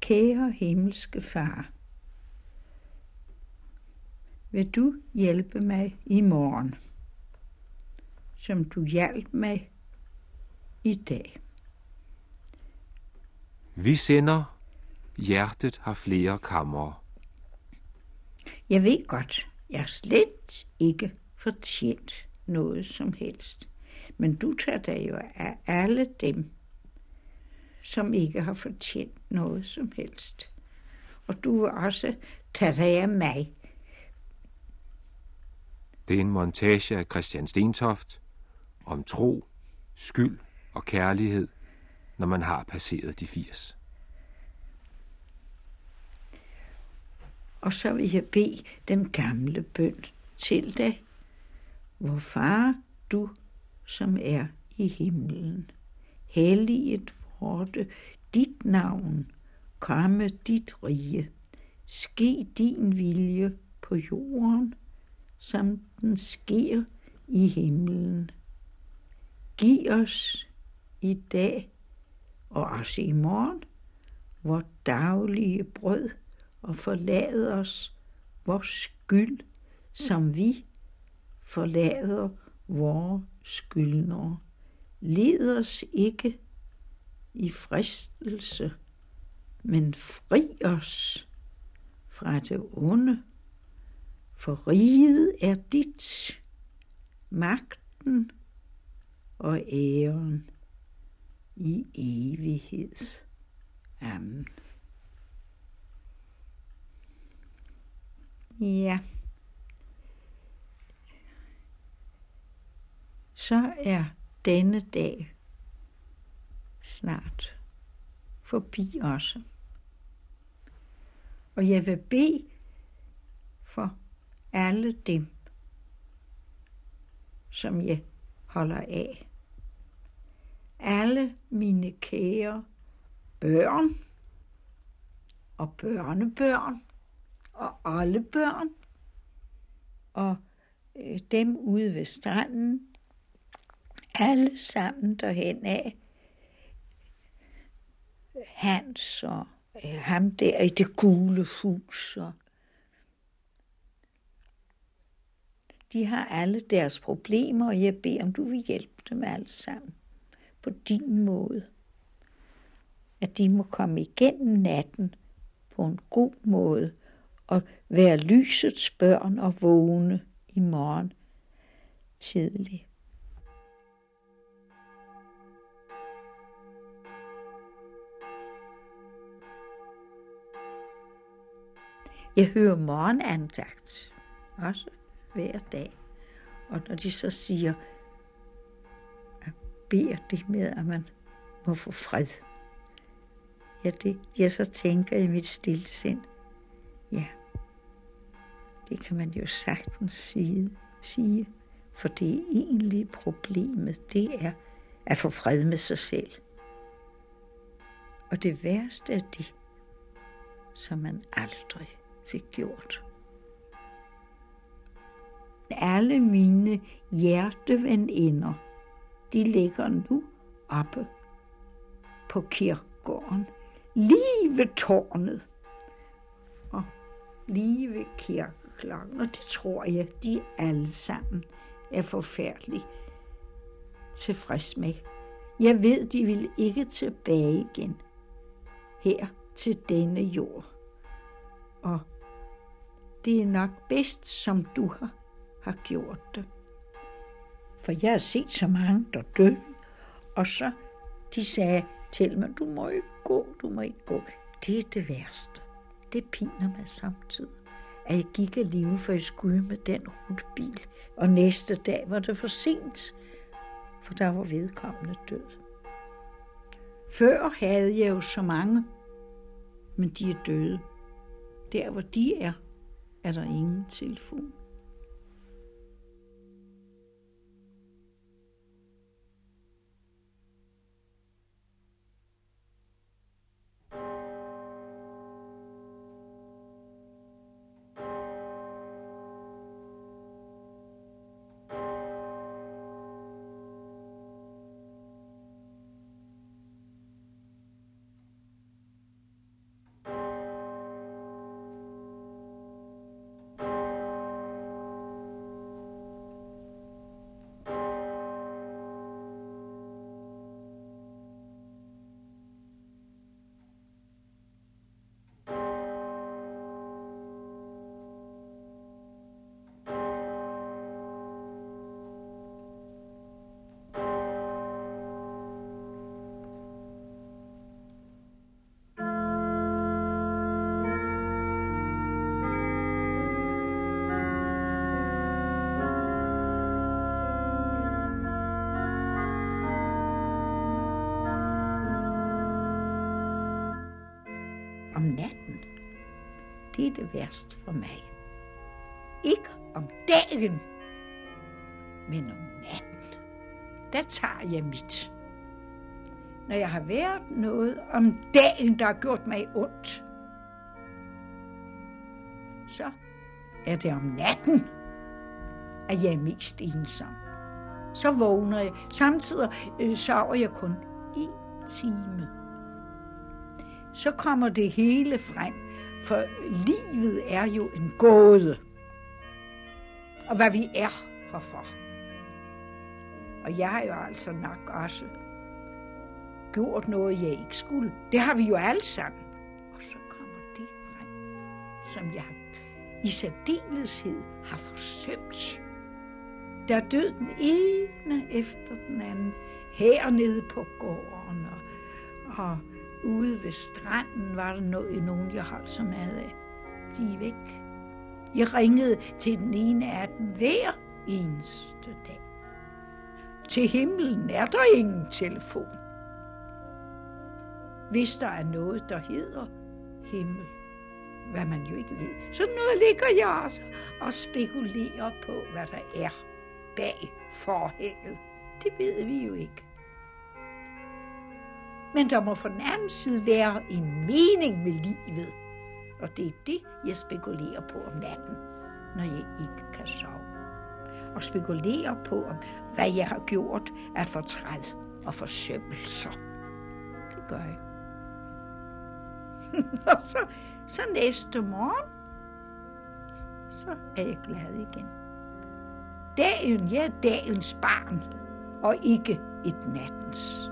Kære himmelske Far, vil du hjælpe mig i morgen, som du hjalp mig i dag? Vi sender, hjertet har flere kamre. Jeg ved godt, jeg slet ikke fortjent noget som helst. Men du tager dig jo af alle dem, som ikke har fortjent noget som helst. Og du vil også tage dig af mig. Det er en montage af Christian Stentoft om tro, skyld og kærlighed, når man har passeret de 80. Og så vil jeg bede den gamle bøn til dig. Vor Far, du som er i himlen, helliget vorte dit navn, komme dit rige, ske din vilje på jorden, som den sker i himlen. Giv os i dag og også i morgen vort daglige brød, og forlad os vores skyld, som vi forlader vore skyldnere. Led os ikke i fristelse, men fri os fra det onde, for riget er dit, magten og æren i evighed. Amen. Ja, så er denne dag snart forbi også. Og jeg vil bede for alle dem, som jeg holder af. Alle mine kære børn og børnebørn og alle børn og dem ude ved stranden, alle sammen derhen af. Hans og ham der i det gule hus. Og de har alle deres problemer, og jeg beder om, du vil hjælpe dem alle sammen på din måde. At de må komme igennem natten på en god måde og være lysets børn og vågne i morgen tidligt. Jeg hører morgenandagt også hver dag. Og når de så siger, at beder det med, at man må få fred. Ja, det jeg så tænker i mit stilsind. Ja, det kan man jo sagtens sige. For det egentlige problemet, det er at få fred med sig selv. Og det værste er det, som man aldrig fik gjort. Alle mine hjerteveninder, de ligger nu oppe på kirkegården, lige ved tårnet og lige ved kirkeklokken, og det tror jeg, de alle sammen er forfærdeligt tilfreds med. Jeg ved, de vil ikke tilbage igen her til denne jord. Og det er nok bedst, som du har gjort det. For jeg har set så mange, der døde, og så de sagde til mig, du må ikke gå. Det er det værste. Det piner mig samtidig, at jeg gik alligevel, for jeg skulle med den rutebil, og næste dag var det for sent, for der var vedkommende død. Før havde jeg jo så mange, men de er døde. Der hvor de er der ingen telefon. om natten, det er det værste for mig. Ikke om dagen, men om natten. Der tager jeg mit. Når jeg har været noget om dagen, der har gjort mig ondt, så er det om natten, at jeg er mest ensom. Så vågner jeg. Samtidig sover jeg kun 1 time. Så kommer det hele frem, for livet er jo en gåde. Og hvad vi er herfor. Og jeg har jo altså nok også gjort noget, jeg ikke skulle. Det har vi jo alle sammen. Og så kommer det frem, som jeg i særdeleshed har forsømt. Der er død den ene efter den anden. Hernede på gården og ude ved stranden var der nogen, jeg holdt så meget af. De er væk. Jeg ringede til den ene af dem hver eneste dag. Til himlen er der ingen telefon. Hvis der er noget, der hedder himmel, hvad man jo ikke ved, så noget ligger jeg også og spekulerer på, hvad der er bag forhænget. Det ved vi jo ikke. Men der må fra den anden side være en mening med livet. Og det er det, jeg spekulerer på om natten, når jeg ikke kan sove. Og spekulerer på, hvad jeg har gjort af fortræd og forsømmelser. Det gør jeg. Og så næste morgen, så er jeg glad igen. Dagen, jeg er dagens barn, og ikke et nattens.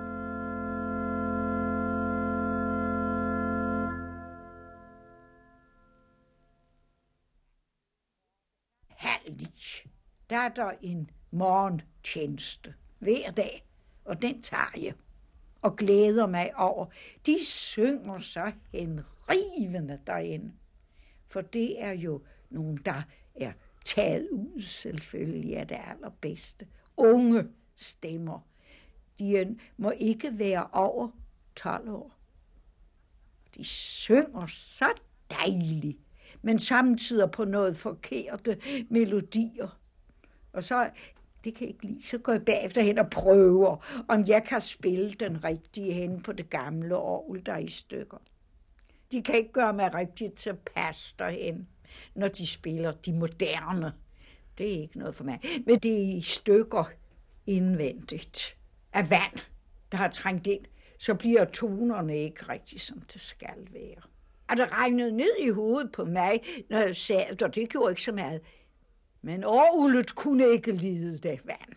Der er der en morgentjeneste hver dag, og den tager jeg og glæder mig over. De synger så henrivende derinde, for det er jo nogen, der er taget ud selvfølgelig af det allerbedste. Unge stemmer. De må ikke være over 12 år. De synger så dejligt, men samtidig på noget forkerte melodier. Og så, det kan jeg ikke lide, så går jeg bagefter hen og prøver, om jeg kan spille den rigtige hen på det gamle orgel, der er i stykker. De kan ikke gøre mig rigtigt tilpas derhen, når de spiller de moderne. Det er ikke noget for mig. Men det er i stykker indvendigt af vand, der har trængt ind, så bliver tonerne ikke rigtig, som det skal være. Og det regnede ned i hovedet på mig, når jeg sagde det, og det gjorde ikke så meget. Men orglet kunne ikke lide det vand.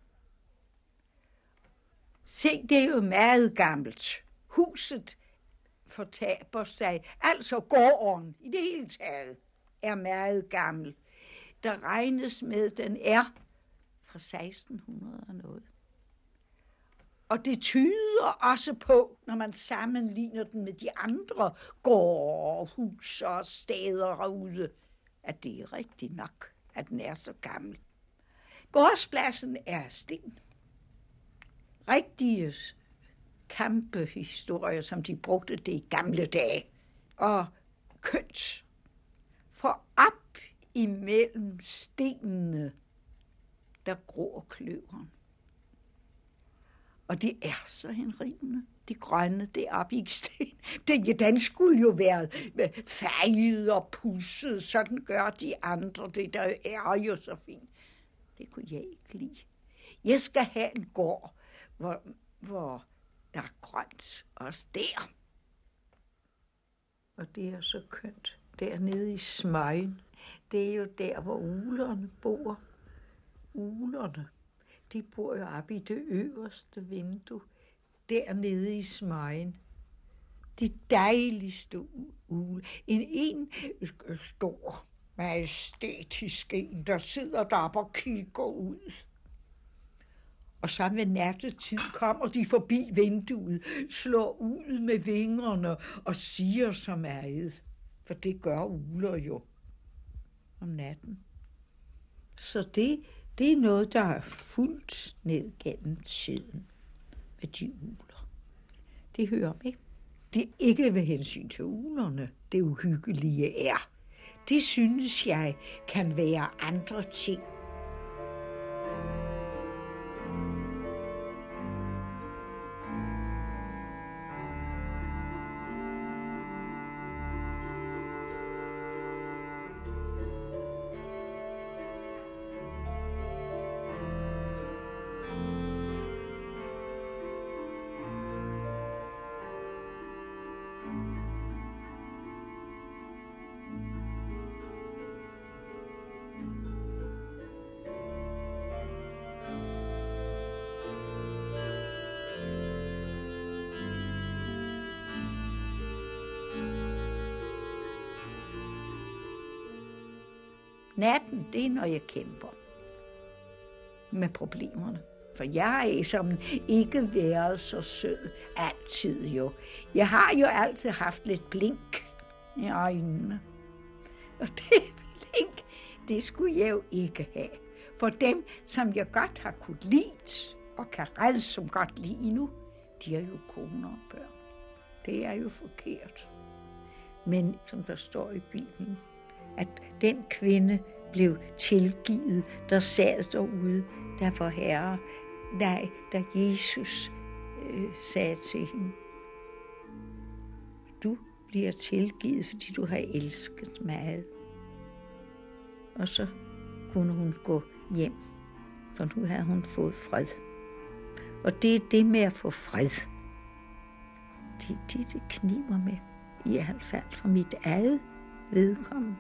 Se, det er jo meget gammelt. Huset fortaber sig. Altså gården i det hele taget er meget gammel. Der regnes med, den er fra 1600 og noget. Og det tyder også på, når man sammenligner den med de andre gårde, hus og steder herude, at det er rigtigt nok, at den er så gammel. Gårdspladsen er sten. Rigtige kampehistorier, som de brugte det i gamle dage. Og kønt. For op imellem stenene, der gror kløveren. Og de er så henrivende, de grønne deroppe i sten. Den skulle jo være fejet og pusset, sådan gør de andre. Det der er jo så fint. Det kunne jeg ikke lide. Jeg skal have en gård, hvor der er grønt også der. Og det er så kønt. Dernede i Smøgen, det er jo der, hvor uglerne bor. Uglerne. De bor jo oppe i det øverste vindue, dernede i Smøgen. De dejligste ugle. En stor, majestætisk en, der sidder deroppe og kigger ud. Og så ved nattetid kommer de forbi vinduet, slår ud med vingerne og siger så meget. For det gør ugler jo om natten. Så det er noget, der er fuldt ned gennem tiden med de ugler. Det hører med. Det er ikke ved hensyn til uglerne, det uhyggelige er. Det synes jeg kan være andre ting. Natten, det er, når jeg kæmper med problemerne. For jeg er som ikke været så sød altid jo. Jeg har jo altid haft lidt blink i øjnene. Og det blink, det skulle jeg jo ikke have. For dem, som jeg godt har kunnet lide, og kan redde som godt lide nu, de er jo koner og børn. Det er jo forkert. Men som der står i Bibelen, at den kvinde blev tilgivet, der sad derude, der var Herre, da Jesus sagde til hende, du bliver tilgivet, fordi du har elsket mig. Og så kunne hun gå hjem, for nu havde hun fået fred. Og det er det med at få fred. Det kniber med, i hvert fald for mit eget vedkommende.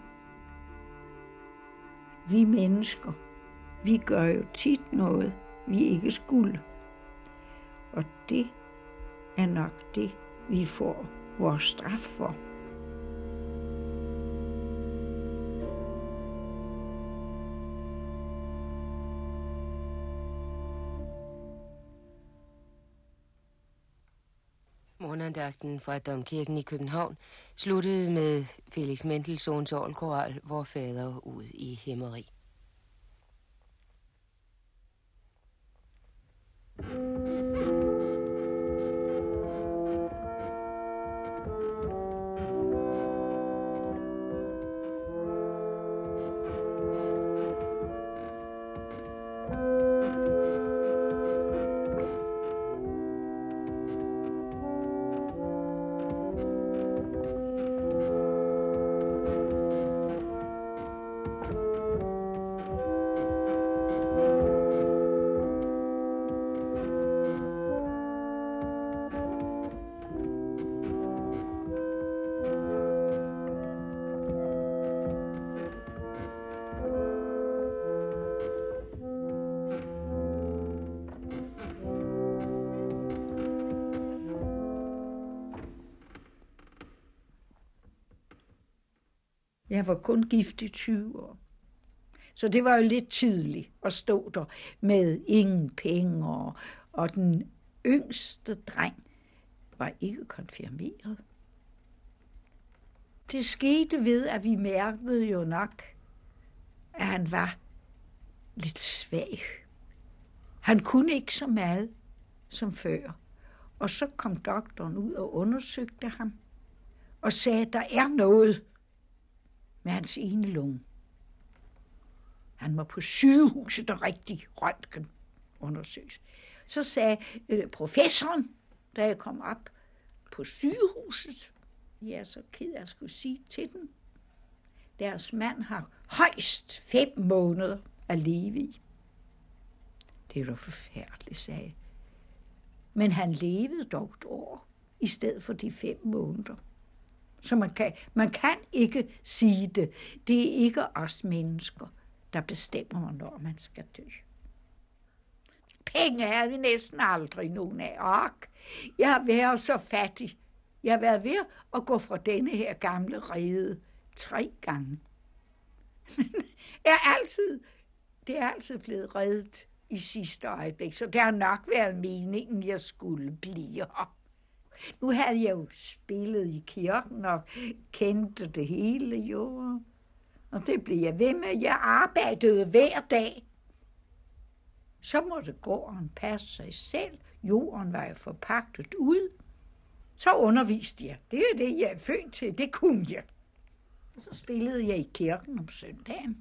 Vi mennesker, vi gør jo tit noget, vi ikke skulle. Og det er nok det, vi får vores straf for. Morgenandagten fra Domkirken i København sluttede med Felix Mendelssohns orgelkoral, Vor Fader ud i himmeri. Jeg var kun gift i 20 år. Så det var jo lidt tidligt at stå der med ingen penge, og den yngste dreng var ikke konfirmeret. Det skete ved, at vi mærkede jo nok, at han var lidt svag. Han kunne ikke så meget som før. Og så kom doktoren ud og undersøgte ham og sagde, at der er noget med hans ene lunge. Han var på sygehuset og rigtig røntgen undersøges. Så sagde professoren, da jeg kom op på sygehuset, jeg er så ked af at skulle sige til dem, deres mand har højst 5 måneder at leve i. Det var forfærdeligt, sagde jeg. Men han levede dog et år, i stedet for de 5 måneder. Så man kan ikke sige det. Det er ikke os mennesker, der bestemmer, hvornår man skal dø. Penge havde vi næsten aldrig nogen af. Jeg har været så fattig. Jeg har været ved at gå fra denne her gamle rede 3 gange. Det er altid blevet reddet i sidste øjeblik, så det har nok været meningen, jeg skulle blive her. Nu havde jeg jo spillet i kirken og kendte det hele jo. Og det blev jeg ved med. Jeg arbejdede hver dag. Så måtte gården passe sig selv. Jorden var jo forpagtet ud. Så underviste jeg. Det er det, jeg er født til. Det kunne jeg. Og så spillede jeg i kirken om søndagen.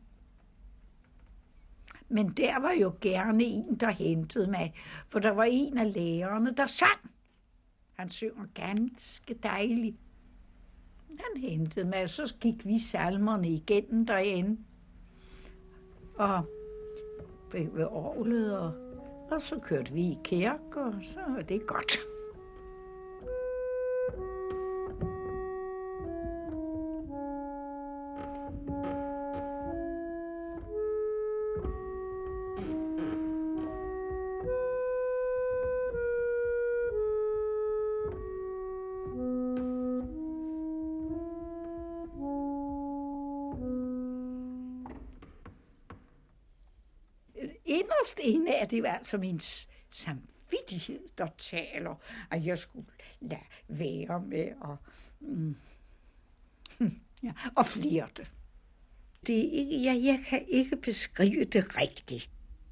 Men der var jo gerne en, der hentede mig, for der var en af lærerne, der sang. Han synger ganske dejligt. Han hentede mig, og så gik vi salmerne igennem derinde. Og ved orglet, og så kørte vi i kirke, og så var det godt. Inderst inde er det altså min samvittighed, der taler, at jeg skulle lade være med og flirte. Det er ikke, jeg kan ikke beskrive det rigtigt.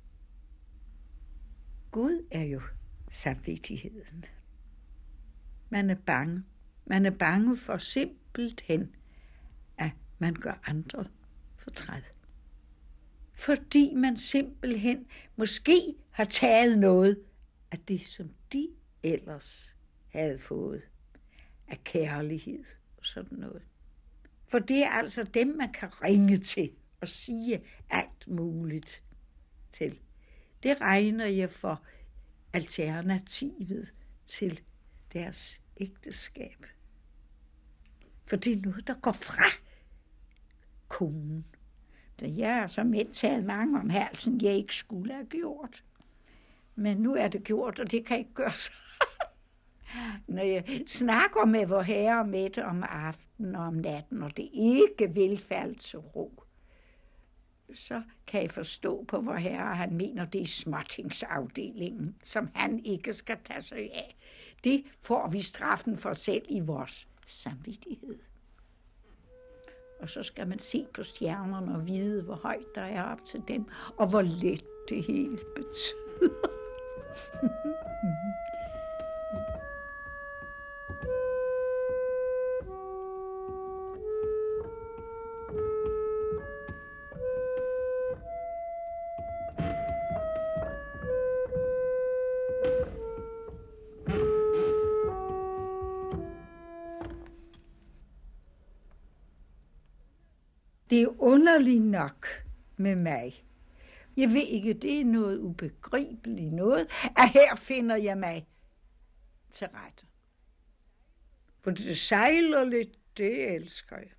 Gud er jo samvittigheden. Man er bange. Man er bange for simpelthen, at man gør andre fortræd. Fordi man simpelthen måske har taget noget af det, som de ellers havde fået af kærlighed og sådan noget. For det er altså dem, man kan ringe til og sige alt muligt til. Det regner jeg for alternativet til deres ægteskab. For det er noget, der går fra konen. Så jeg har som mænd taget mange om halsen, jeg ikke skulle have gjort. Men nu er det gjort, og det kan ikke gøres. Når jeg snakker med vor herre Mette om aftenen og om natten, og det ikke vil falde til ro, så kan jeg forstå på vor herre, han mener, det er småtingsafdelingen, som han ikke skal tage sig af. Det får vi straffen for selv i vores samvittighed. Og så skal man se på stjernerne og vide, hvor højt der er op til dem, og hvor let det hele betyder. Det er underligt nok med mig. Jeg ved ikke, det er noget ubegribeligt noget, at her finder jeg mig til rette. For det sejler lidt, det elsker jeg.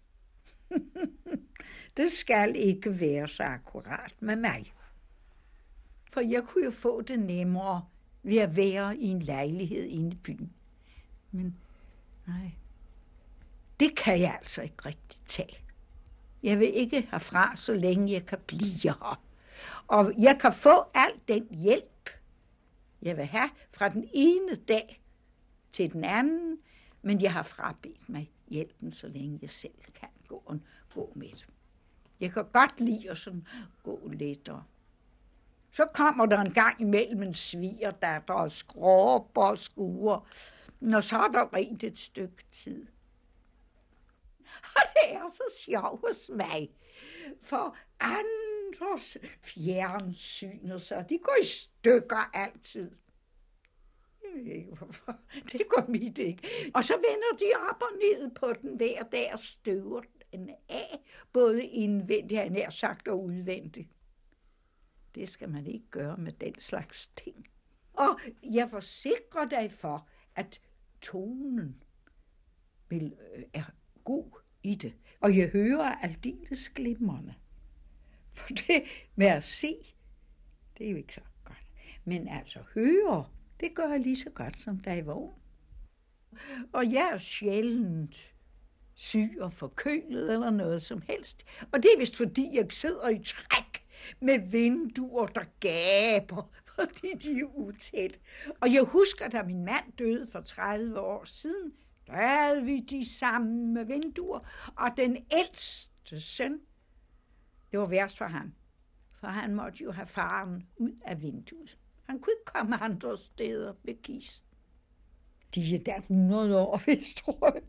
Det skal ikke være så akkurat med mig. For jeg kunne jo få det nemmere ved at være i en lejlighed inde i byen. Men nej, det kan jeg altså ikke rigtig tage. Jeg vil ikke herfra, så længe jeg kan blive her. Og jeg kan få al den hjælp, jeg vil have fra den ene dag til den anden, men jeg har frabedt mig hjælpen, så længe jeg selv kan gå med det. Jeg kan godt lide at sådan gå lettere. Så kommer der en gang imellem en svigerdatter og skråber og skuer, og så er der rent et stykke tid. Og det er så sjovt hos mig, for andres fjernsyner, så de går i stykker altid. Jeg ved ikke hvorfor. Det går mit ikke. Og så vender de op og ned på den hver dag og støver den af, både indvendigt, han nær sagt, og udvendigt. Det skal man ikke gøre med den slags ting. Og jeg forsikrer dig for, at tonen er god i det. Og jeg hører aldeles glimrende. For det med at se, det er jo ikke så godt. Men altså høre, det gør jeg lige så godt, som da jeg vågen. Og jeg er sjældent syg og forkølet eller noget som helst. Og det er vist fordi, jeg sidder i træk med vinduer, der gaber, fordi de er utæt. Og jeg husker, da min mand døde for 30 år siden, der havde vi de samme vinduer, og den ældste søn, det var værst for ham, for han måtte jo have faren ud af vinduet. Han kunne ikke komme andre steder ved kisten. De er der 100 år, vist, tror jeg.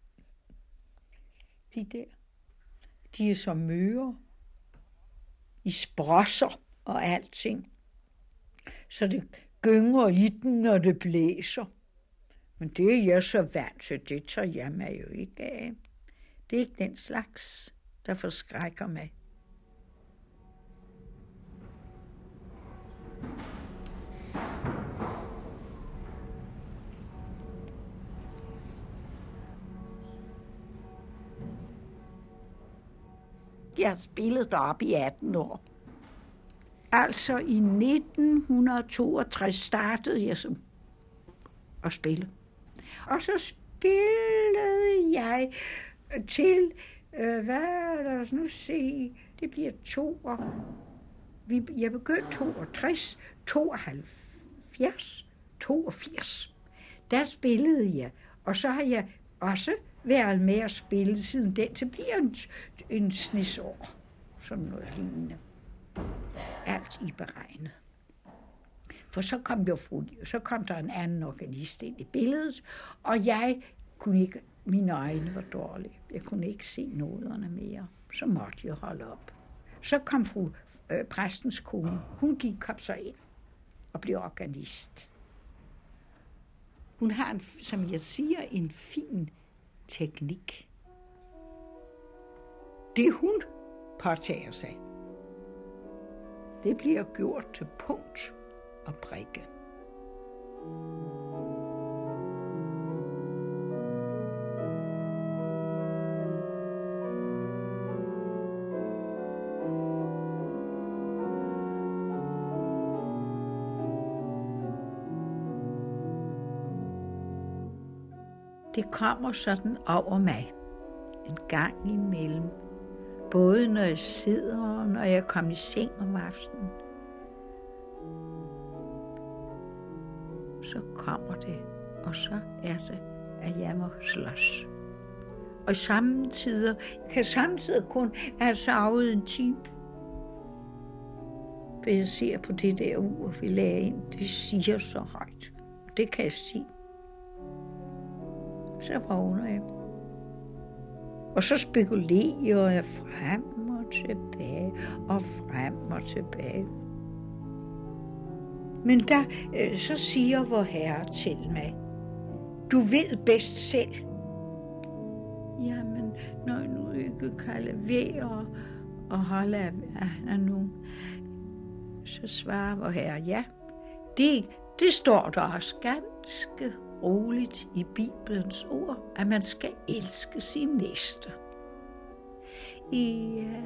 De der. De er så møre. I sprosser og alting. Så det gynger i den, når det blæser. Men det er jeg så vant til, det tager jeg mig jo ikke af. Det er ikke den slags, der forskrækker mig. Jeg har spillet deroppe i 18 år. Altså i 1962 startede jeg som at spille. Og så spillede jeg til, lad os nu se, det bliver 2 år. Jeg begyndte 62, 72, 82. Der spillede jeg, og så har jeg også været med at spille siden den, til bliver en snesår, som noget lignende. Alt i beregnet. For så kom der en anden organist ind i billedet, og jeg kunne ikke, mine øjne var dårlige. Jeg kunne ikke se noderne mere. Så måtte jeg holde op. Så kom præstens kone. Hun kom så ind og blev organist. Hun har, som jeg siger, en fin teknik. Det hun påtager sig, det bliver gjort til punkt og prikke. Det kommer sådan over mig en gang imellem. Både når jeg sidder og når jeg kommer i seng om aftenen. Så kommer det, og så er det, at jeg må slås. Og samtidig kan kun have sovet en time. For jeg ser på det der ur, vi lagde ind, det siger så højt. Og det kan jeg sige. Så vågner jeg. Og så spekulerer jeg frem og tilbage, og frem og tilbage. Men der så siger vor Herre til mig, du ved bedst selv. Jamen, når jeg nu ikke kan levere og holde af nogen, så svarer vor Herre, ja, det står der også ganske roligt i Bibelens ord, at man skal elske sin næste. Ja.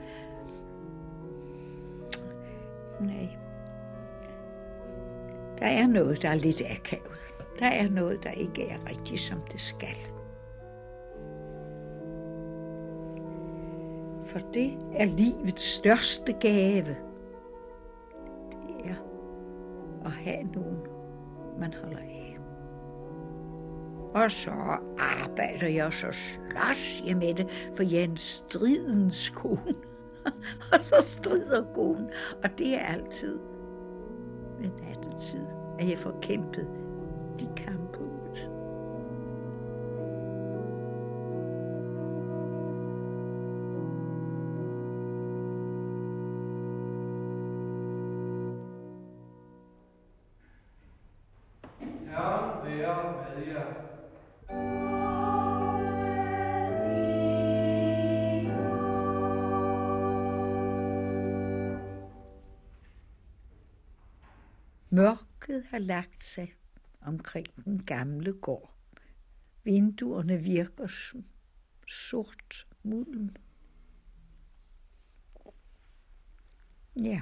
Nej. Der er noget, der er lidt akavet. Der er noget, der ikke er rigtigt, som det skal. For det er livets største gave. Det er at have nogen, man holder af. Og så arbejder jeg, så slås jeg med det, for jeg er en stridens kone. Og så strider konen. Og det er altid ved nattetid, at jeg får kæmpet de kampe ud. Herren være med jer. Mørket har lagt sig omkring den gamle gård. Vinduerne virker som sort mulm. Ja.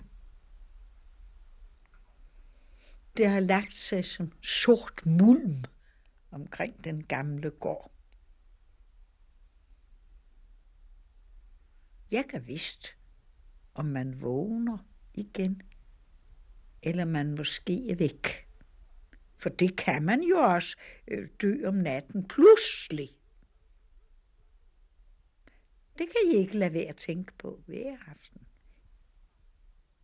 Det har lagt sig som sort mulm omkring den gamle gård. Jeg kan vidst, om man vågner igen, eller man måske er væk. For det kan man jo også dø om natten pludselig. Det kan I ikke lade være at tænke på hver aften.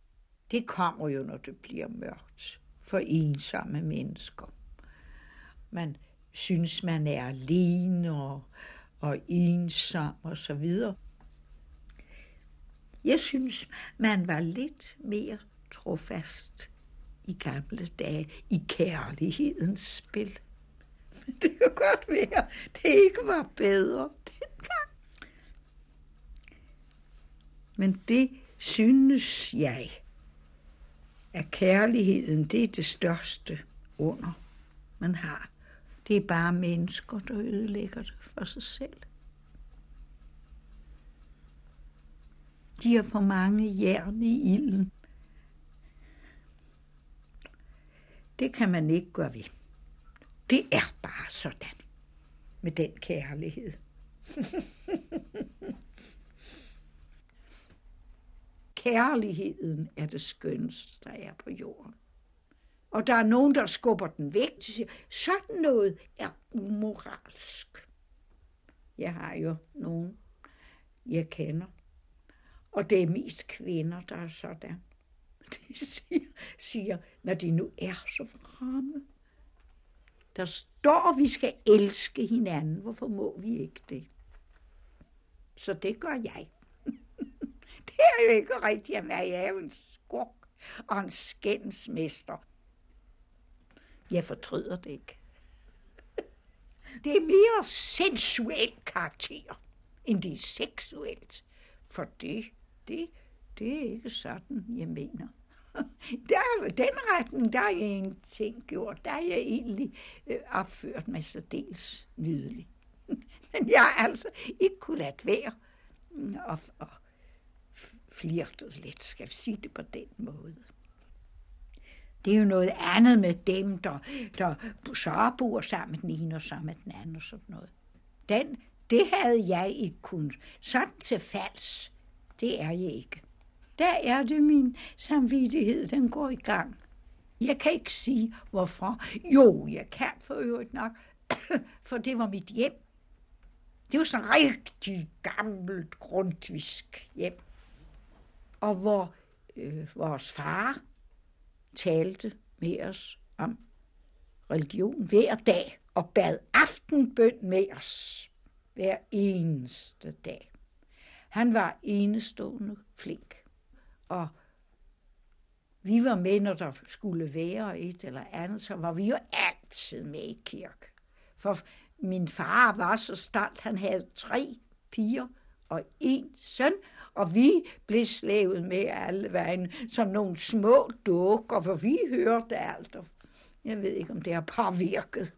Det kommer jo, når det bliver mørkt for ensomme mennesker. man synes, man er alene og ensom og så videre. Jeg synes, man var lidt mere trofast i gamle dage i kærlighedens spil. Men det kan godt være, det ikke var bedre dengang. Men det synes jeg, at kærligheden, det er det største under, man har. Det er bare mennesker, der ødelægger det for sig selv. De har for mange jern i ilden. Det kan man ikke gøre ved. Det er bare sådan med den kærlighed. Kærligheden er det skønneste, der er på jorden. Og der er nogen, der skubber den væk. De siger, sådan noget er umoralsk. Jeg har jo nogen, jeg kender. Og det er mest kvinder, der er sådan. De siger, når de nu er så fremme. Der står, vi skal elske hinanden. Hvorfor må vi ikke det? Så det gør jeg. Det er jo ikke rigtigt at være. Jeg er jo en skurk og en skændsmester. Jeg fortryder det ikke. Det er mere sensuel karakter, end det er seksuelt. For det er ikke sådan, jeg mener. Den retning, der er jeg ingenting gjort. Der er jeg egentlig opført mig så dels nydelig. Men jeg har altså ikke kunne lade være og flirtet lidt, skal vi sige det på den måde. Det er jo noget andet med dem, der så bor sammen med den ene og sammen med den anden og sådan noget. Det havde jeg ikke kunnet. Sådan til falds, det er jeg ikke. Der er det min samvittighed, den går i gang. Jeg kan ikke sige, hvorfor. Jo, jeg kan for øvrigt nok, for det var mit hjem. Det var sådan rigtig gammelt, grundtvisk hjem. Og hvor vores far talte med os om religion hver dag og bad aftenbøn med os hver eneste dag. Han var enestående flink, og vi var med, når der skulle være et eller andet, så var vi jo altid med i kirke. For min far var så stolt, han havde 3 piger og 1 søn, og vi blev slævet med alle vejen som nogle små dukker, for vi hørte alt. Og jeg ved ikke, om det har påvirket.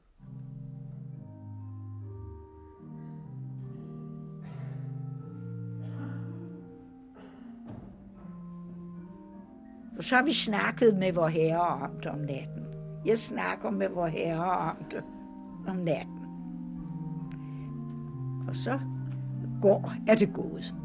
Og så har vi snakket med vor herre om det om natten. Jeg snakker med vor herre om det om natten. Og så er det gået.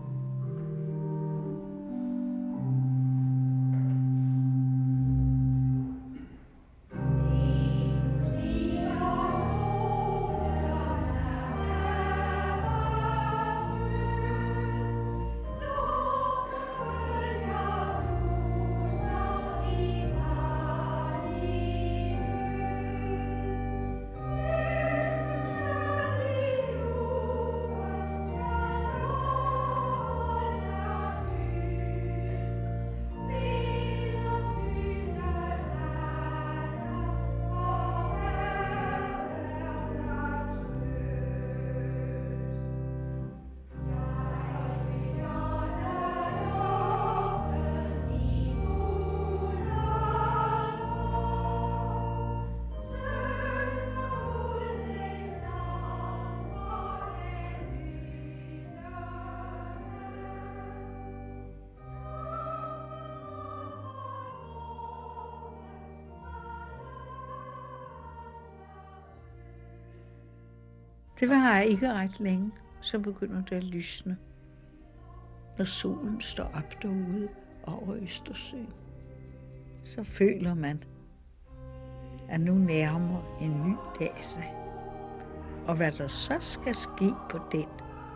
Det var ikke ret længe, så begynder det at lysne, når solen står op derude over Østersøen. Så føler man, at nu nærmer en ny dag sig. Og hvad der så skal ske på den,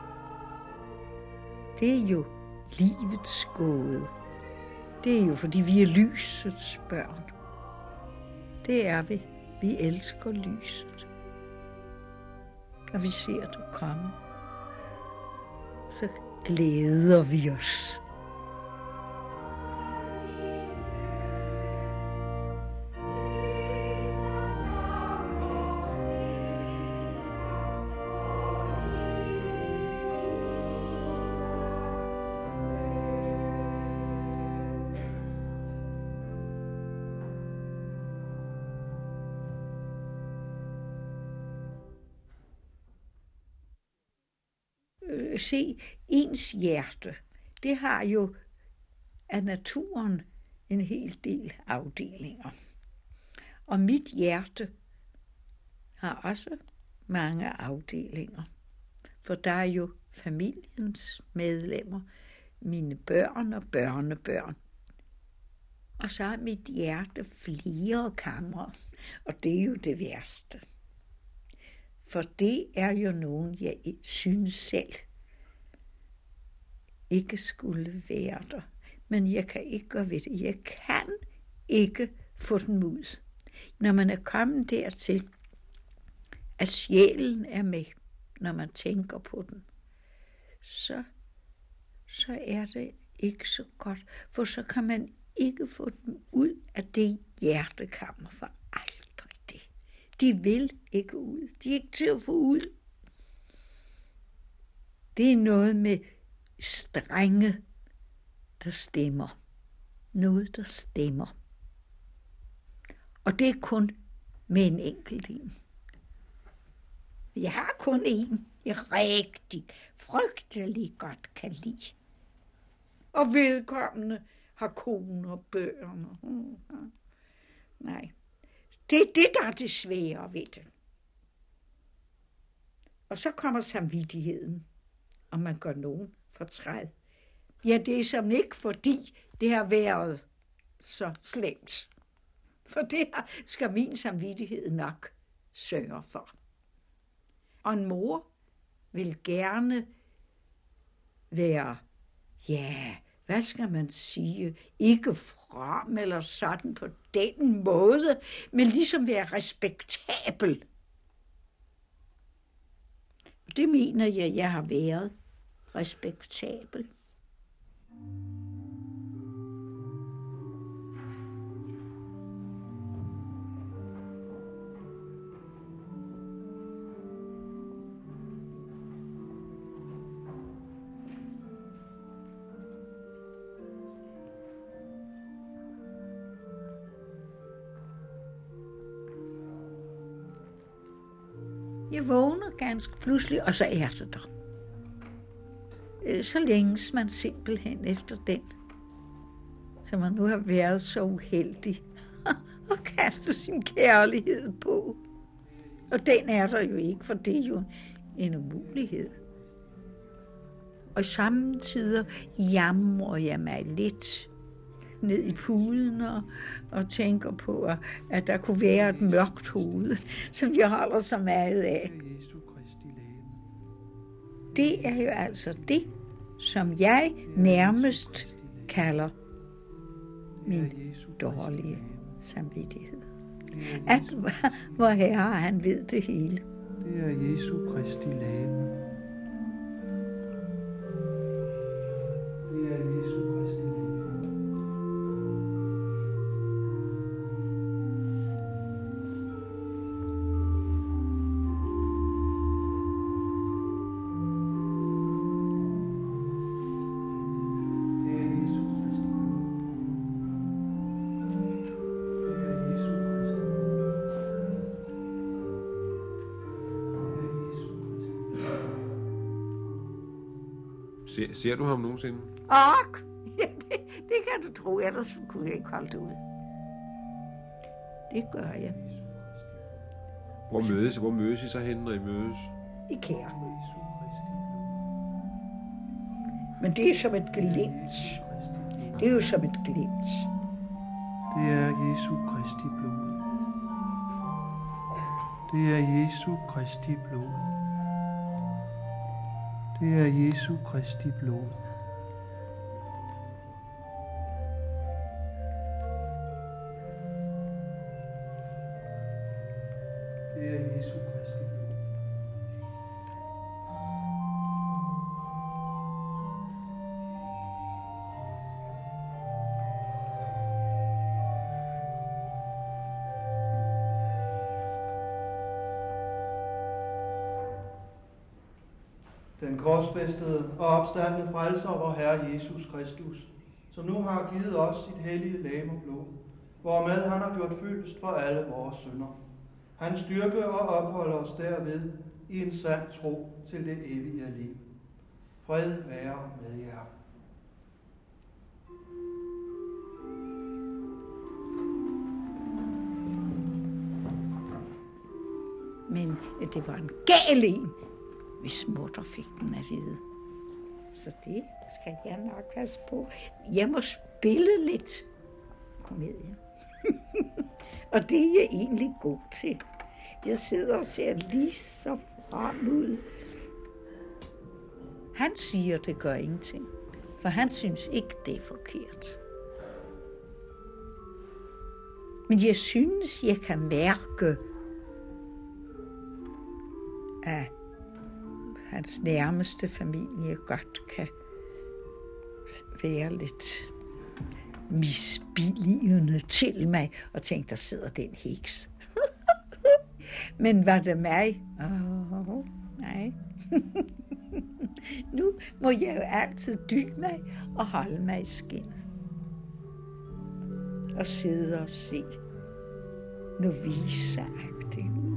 det er jo livets gåde. Det er jo, fordi vi er lysets børn. Det er vi. Vi elsker lyset. Og vi ser det komme. Så glæder vi os. Se, ens hjerte, det har jo af naturen en hel del afdelinger. Og mit hjerte har også mange afdelinger. For der er jo familiens medlemmer, mine børn og børnebørn. Og så har mit hjerte flere kamre, og det er jo det værste. For det er jo nogen, jeg synes selv ikke skulle være der. Men jeg kan ikke gøre ved det. Jeg kan ikke få den ud. Når man er kommet dertil, at sjælen er med, når man tænker på den, så er det ikke så godt. For så kan man ikke få den ud af det hjertekammer for aldrig det. De vil ikke ud. De er ikke til at få ud. Det er noget med strenge, der stemmer. Noget, der stemmer. Og det er kun med en enkelt en. Jeg har kun en, jeg rigtig, frygtelig godt kan lide. Og vedkommende har kone og børn. Nej, det er det, der er det svære ved det. Og så kommer samvittigheden, om man gør nogen fortræd. Ja, det er som ikke fordi, det har været så slemt. For det skal min samvittighed nok sørge for. Og en mor vil gerne være, ja, hvad skal man sige, ikke from eller sådan på den måde, men ligesom være respektabel. Det mener jeg har været respektabel. Jeg vågner ganske pludselig, og så er det der. Så længes man simpelthen efter den, som man nu har været så uheldig at kaste sin kærlighed på. Og den er der jo ikke, for det er jo en umulighed. Og samtidig jamrer jeg mig lidt ned i puden og tænker på, at der kunne være et mørkt hoved, som jeg holder så meget af. Det er jo altså det, som jeg nærmest kalder min dårlige samvittighed. At vor Herre, han ved det hele. Det er Jesu Kristi legeme. Det er Jesu Kristi legeme. Ser du ham nogensinde? Ja, det kan du tro, ellers kunne jeg ikke holde det ud. Det gør jeg. Hvor mødes I så henne, når I mødes? I Kær. Men det er som et glimt. Det er jo som et glimt. Det er Jesu Kristi blod. Det er Jesu Kristi blod. Det er Jesu Kristi blod. Den korsfæstede og opstandne frelser, vor Herre Jesus Kristus, som nu har givet os sit hellige legeme og blod, hvormed han har gjort fyldest for alle vores synder. Han styrker og opholder os derved i en sand tro til det evige liv. Fred være med jer. Men det var en gal en, hvis mutter fik den at vide. Så det skal jeg nok passe på. Jeg må spille lidt komedie. Og det er jeg egentlig god til. Jeg sidder og ser lige så frem ud. Han siger, det gør ingenting. For han synes ikke, det er forkert. Men jeg synes, jeg kan mærke, at hans nærmeste familie godt kan være lidt misbilligende til mig, og tænke, der sidder den heks. Men var det mig? Nej. Nu må jeg jo altid dy mig og holde mig i skindet. Og sidde og se noviseagtigt ud.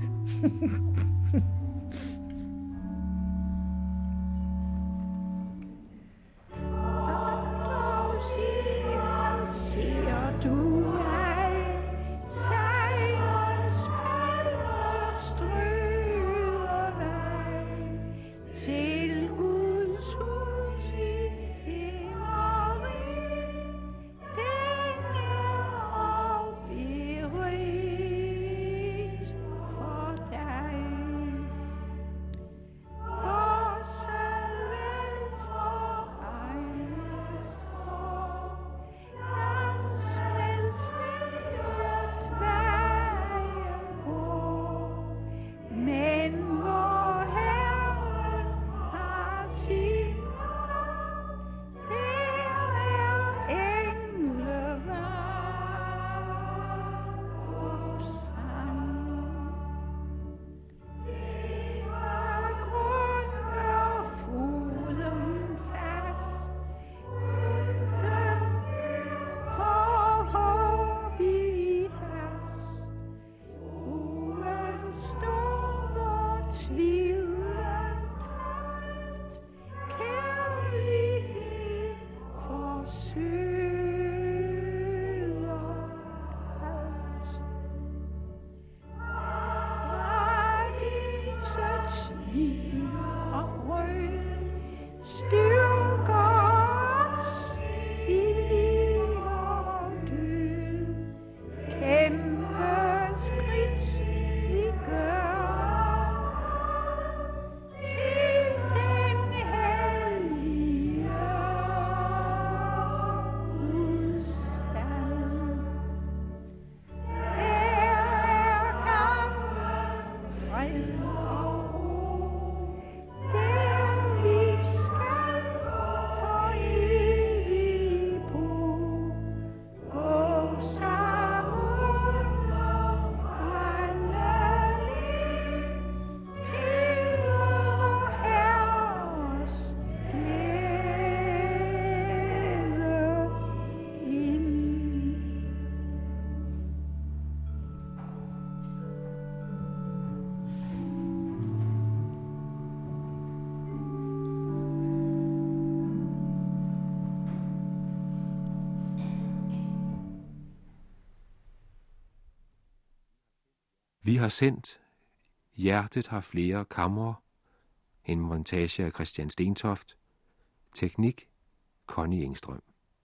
Vi har sendt Hjertet har flere kamre. En montage af Christian Stentoft. Teknik Connie Engstrøm.